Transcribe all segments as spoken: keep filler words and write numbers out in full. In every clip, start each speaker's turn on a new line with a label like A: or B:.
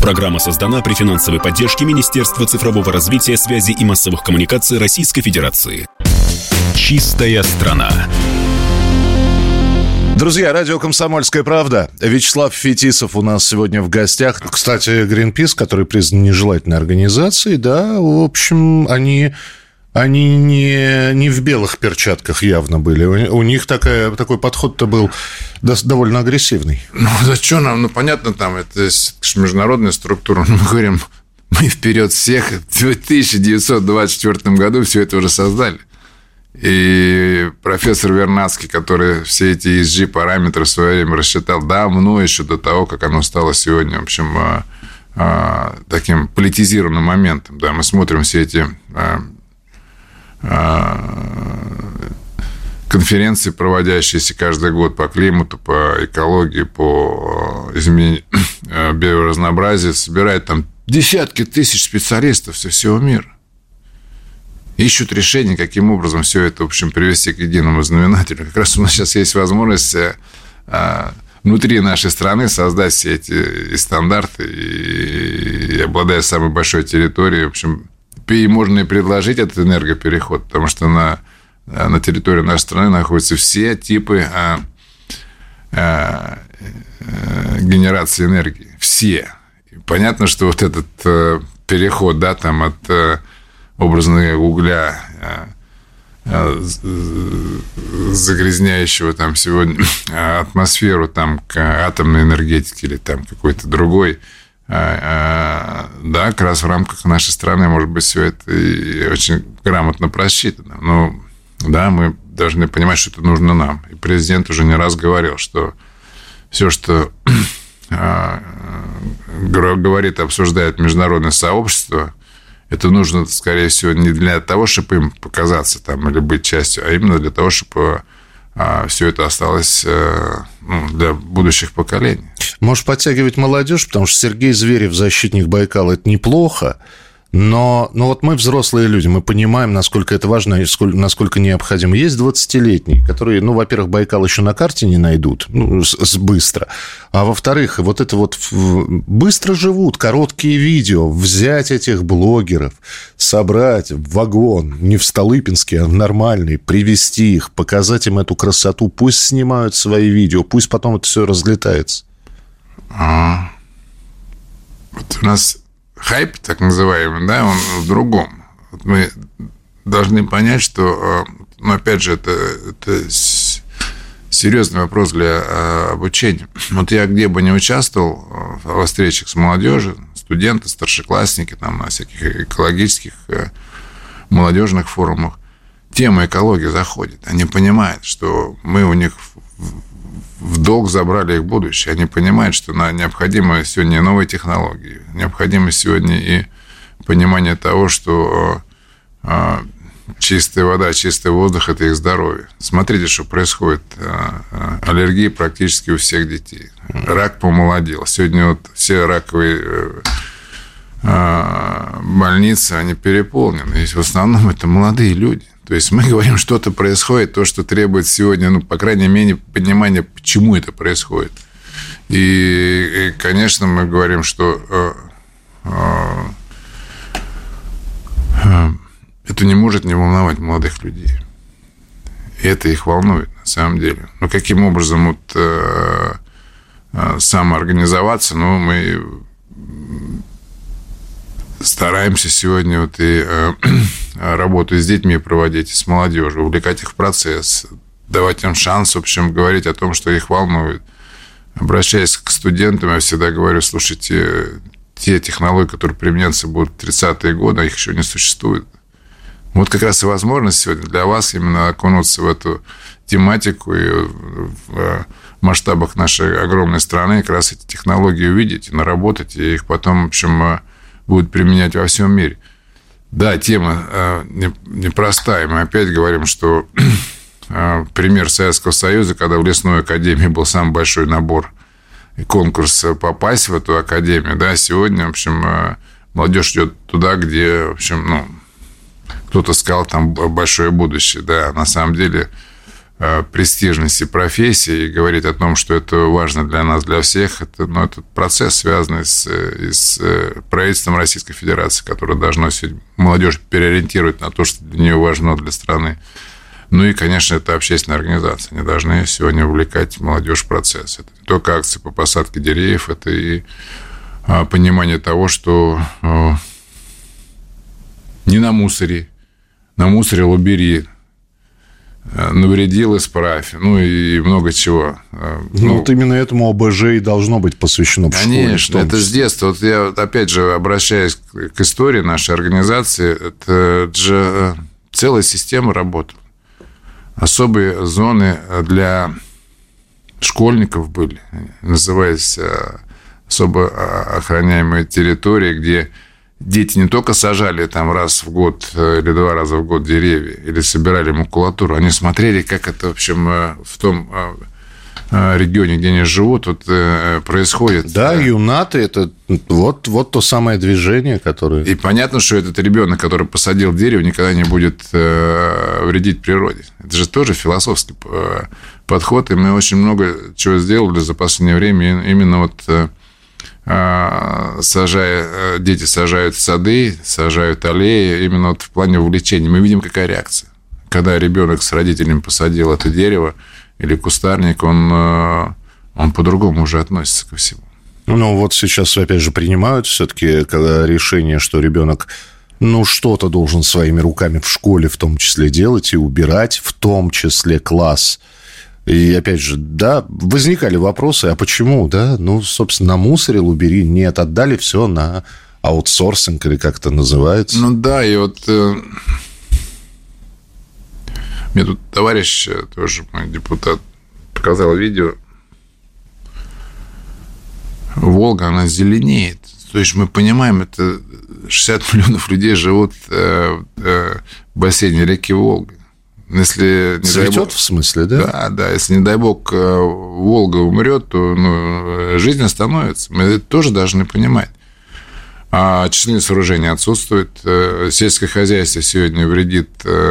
A: Программа создана при финансовой поддержке Министерства цифрового развития, связи и массовых коммуникаций Российской Федерации. Чистая страна.
B: Друзья, радио «Комсомольская правда». Вячеслав Фетисов у нас сегодня в гостях. Кстати, Greenpeace, который признан нежелательной организацией, да, в общем, они... Они не, не в белых перчатках явно были. У них такая, такой подход-то был довольно агрессивный.
C: Ну, за что нам? Ну, понятно, там, это международная структура. Мы говорим, мы вперед всех. В тысяча девятьсот двадцать четвёртом году все это уже создали. И профессор Вернадский, который все эти и эс джи-параметры в свое время рассчитал давно, еще до того, как оно стало сегодня, в общем, таким политизированным моментом. Да, мы смотрим все эти... конференции, проводящиеся каждый год по климату, по экологии, по изменению биоразнообразия, собирают там десятки тысяч специалистов со всего мира. Ищут решения, каким образом все это, в общем, привести к единому знаменателю. Как раз у нас сейчас есть возможность внутри нашей страны создать все эти стандарты и, и обладая самой большой территорией, в общем, и можно и предложить этот энергопереход, потому что на, на территории нашей страны находятся все типы а, а, а, генерации энергии. Все. И понятно, что вот этот а, переход, да, там, от а, образного угля, а, а, загрязняющего там сегодня атмосферу там, к атомной энергетике или там какой-то другой, да, как раз в рамках нашей страны, может быть, все это и очень грамотно просчитано. Но, да, мы должны понимать, что это нужно нам. И президент уже не раз говорил, что все, что говорит и обсуждает международное сообщество, это нужно, скорее всего, не для того, чтобы им показаться там, или быть частью, а именно для того, чтобы все это осталось, ну, для будущих поколений.
B: Может, подтягивать молодежь, потому что Сергей Зверев, защитник Байкала, это неплохо, но, но вот мы взрослые люди, мы понимаем, насколько это важно и сколько, насколько необходимо. Есть двадцатилетние, которые, ну, во-первых, Байкал еще на карте не найдут, ну, с, с быстро, а во-вторых, вот это вот быстро живут, короткие видео, взять этих блогеров, собрать в вагон, не в Столыпинский, а в нормальный, привезти их, показать им эту красоту, пусть снимают свои видео, пусть потом это все разлетается.
C: А, вот у нас хайп, так называемый, да, он в другом. Вот мы должны понять, что, ну, опять же, это, это серьезный вопрос для обучения. Вот я где бы не участвовал во встречах с молодежью, студенты, старшеклассники, там, на всяких экологических молодежных форумах, тема экологии заходит. Они понимают, что мы у них в долг забрали их будущее. Они понимают, что необходимы сегодня новые технологии, необходимо сегодня и понимание того, что чистая вода, чистый воздух – это их здоровье. Смотрите, что происходит. Аллергии практически у всех детей. Рак помолодел. Сегодня вот все раковые больницы, они переполнены. И в основном это молодые люди. То есть мы говорим, что-то происходит, то, что требует сегодня, ну, по крайней мере, понимания, почему это происходит. И, и конечно, мы говорим, что э, э, э, это не может не волновать молодых людей. И это их волнует, на самом деле. Но каким образом вот, э, э, самоорганизоваться, ну, мы стараемся сегодня вот и э, работу с детьми проводить, с молодежью, увлекать их в процесс, давать им шанс, в общем, говорить о том, что их волнует. Обращаясь к студентам, я всегда говорю, слушайте, те технологии, которые применяться будут в тридцатые годы, их еще не существует. Вот как раз и возможность сегодня для вас именно окунуться в эту тематику и в масштабах нашей огромной страны как раз эти технологии увидеть, наработать, и их потом, в общем, будут применять во всем мире. Да, тема непростая. Мы опять говорим, что пример Советского Союза, когда в лесной академии был самый большой набор и конкурс попасть в эту академию, да, сегодня, в общем, молодежь идет туда, где, в общем, ну, кто-то сказал, там большое будущее, да, на самом деле престижности профессии и говорить о том, что это важно для нас, для всех, это, ну, это процесс, связанный с, с правительством Российской Федерации, которое должно молодежь переориентировать на то, что для нее важно для страны. Ну и, конечно, это общественная организация. Они должны сегодня увлекать молодежь в процесс. Это не только акции по посадке деревьев, это и понимание того, что не на мусоре, на мусоре убери, навредил, исправь, ну и много чего.
B: Ну, ну вот именно этому ОБЖ и должно быть посвящено в школе.
C: Конечно, это с детства. Вот я, опять же, обращаясь к истории нашей организации, это же целая система работала. Особые зоны для школьников были, назывались особо охраняемые территории, где дети не только сажали там раз в год или два раза в год деревья, или собирали макулатуру, они смотрели, как это, в общем, в том регионе, где они живут, вот происходит.
B: Да, юнаты – это вот, вот то самое движение, которое…
C: И понятно, что этот ребенок, который посадил дерево, никогда не будет вредить природе. Это же тоже философский подход, и мы очень много чего сделали за последнее время, именно вот… сажая, дети сажают сады, сажают аллеи, именно вот в плане увлечения. Мы видим, какая реакция. Когда ребенок с родителями посадил это дерево или кустарник, он, он по-другому уже относится ко всему.
B: Ну, вот сейчас, опять же, принимают все-таки решение, что ребенок, ну, что-то должен своими руками в школе в том числе делать и убирать, в том числе класс. И, опять же, да, возникали вопросы, а почему, да? Ну, собственно, намусорил, убери. Нет, отдали все на аутсорсинг, или как это называется.
C: Ну, да, и вот э, мне тут товарищ, тоже мой депутат, показал видео. Волга, она зеленеет. То есть мы понимаем, это шестьдесят миллионов людей живут э, э, в бассейне реки Волга. Если, не
B: цветет,
C: бог,
B: в смысле, да?
C: Да, да. Если, не дай бог, Волга умрет, то ну, жизнь остановится. Мы это тоже должны понимать. А очистные сооружения отсутствуют. Сельское хозяйство сегодня вредит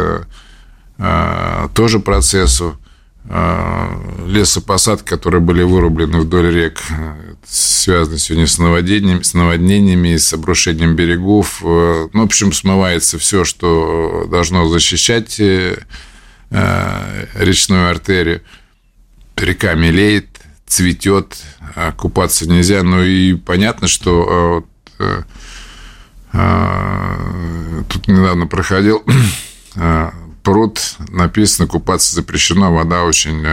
C: тоже процессу. Лесопосадки, которые были вырублены вдоль рек, связаны сегодня с наводнениями, с наводнениями, с обрушением берегов. Ну, в общем, смывается все, что должно защищать речную артерию. Река мелеет, цветет, купаться нельзя. Ну и понятно, что тут недавно проходил пруд, написано, купаться запрещено, вода очень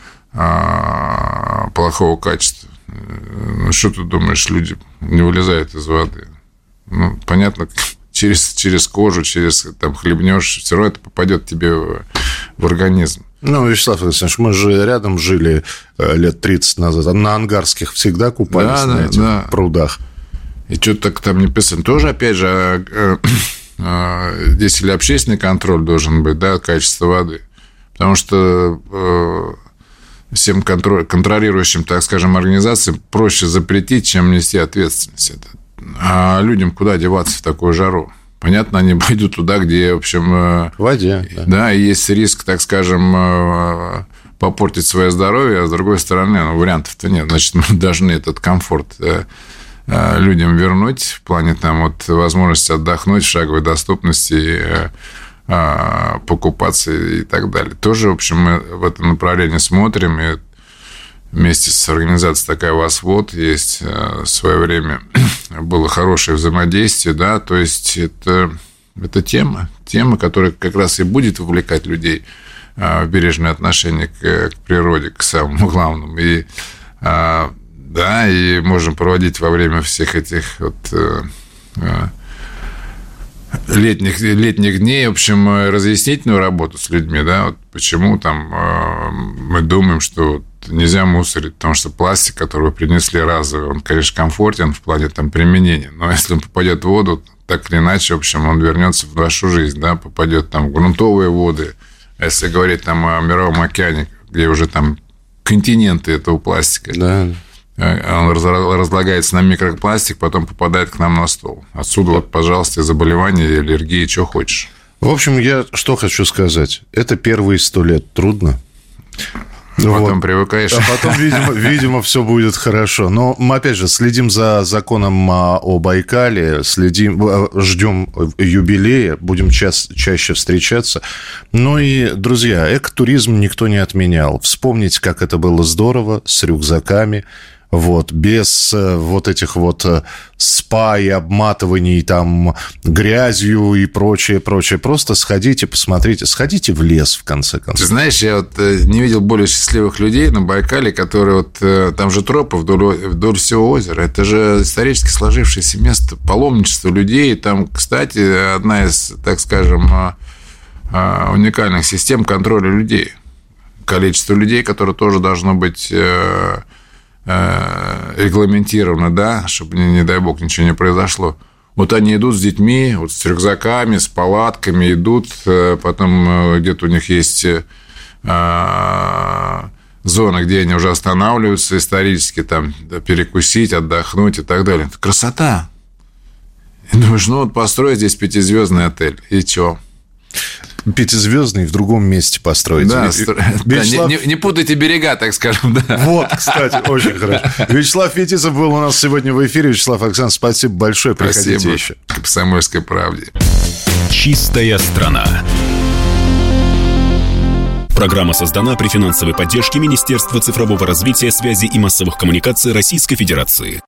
C: а, плохого качества. Ну, что ты думаешь, люди не вылезают из воды? Ну, понятно, через, через кожу, через, там, хлебнешь, все равно это попадет тебе в, в организм.
B: Ну, Вячеслав Александрович, мы же рядом жили лет тридцать назад, на Ангарских всегда купались, да, на да, этих да. прудах.
C: И что-то так там не писано. Тоже, опять же, здесь или общественный контроль должен быть, да, качество воды. Потому что э, всем контроль, контролирующим, так скажем, организациям проще запретить, чем нести ответственность. А людям куда деваться в такую жару? Понятно, они пойдут туда, где, в общем... Э,
B: в воде.
C: Да. да, и есть риск, так скажем, э, попортить свое здоровье, а с другой стороны, ну, вариантов-то нет. Значит, мы должны этот комфорт... Э, людям вернуть в плане там вот возможности отдохнуть в шаговой доступности, покупаться и так далее. Тоже, в общем, мы в этом направлении смотрим, и вместе с организацией такая «Восвод» есть в свое время было хорошее взаимодействие, да, то есть это, это тема, тема, которая как раз и будет вовлекать людей в бережное отношение к, к природе, к самому главному, и да, и можем проводить во время всех этих вот э, э, летних, летних дней, в общем, разъяснительную работу с людьми, да, вот почему там э, мы думаем, что вот нельзя мусорить, потому что пластик, который вы принесли разовый, он, конечно, комфортен в плане там применения, но если он попадет в воду, так или иначе, в общем, он вернется в вашу жизнь, да, попадет там в грунтовые воды, если говорить там о Мировом океане, где уже там континенты этого пластика.
B: Да.
C: Он разлагается на микропластик, потом попадает к нам на стол. Отсюда, вот, пожалуйста, заболевания, аллергии, что хочешь.
B: В общем, я что хочу сказать. Это первые сто лет трудно.
C: Потом
B: вот.
C: привыкаешь.
B: А потом, видимо, видимо, все будет хорошо. Но мы, опять же, следим за законом о Байкале, следим, ждем юбилея, будем ча- чаще встречаться. Ну и, друзья, экотуризм никто не отменял. Вспомните, как это было здорово с рюкзаками. Вот, без э, вот этих вот э, спа и обматываний там грязью и прочее, прочее. Просто сходите, посмотрите, сходите в лес, в конце концов.
C: Ты знаешь, я вот э, не видел более счастливых людей на Байкале, которые вот, э, там же тропы вдоль, вдоль всего озера. Это же исторически сложившееся место паломничества людей. Там, кстати, одна из, так скажем, э, э, уникальных систем контроля людей. Количество людей, которое тоже должно быть... Э, регламентировано, да, чтобы, не, не дай бог, ничего не произошло. Вот они идут с детьми, вот с рюкзаками, с палатками идут, потом где-то у них есть зона, где они уже останавливаются исторически, там, перекусить, отдохнуть и так далее. Это красота. И думаешь, ну вот построй здесь пятизвездный отель, и чё?
B: Пятизвездный в другом месте построить.
C: Да,
B: Вячеслав...
C: да не, не, не путайте берега, так скажем. Да.
B: Вот, кстати, очень хорошо. Вячеслав Фетисов был у нас сегодня в эфире. Вячеслав Александрович, спасибо большое. Приходите
C: спасибо.
B: еще.
C: К «Комсомольской правде».
A: Чистая страна. Программа создана при финансовой поддержке Министерства цифрового развития, связи и массовых коммуникаций Российской Федерации.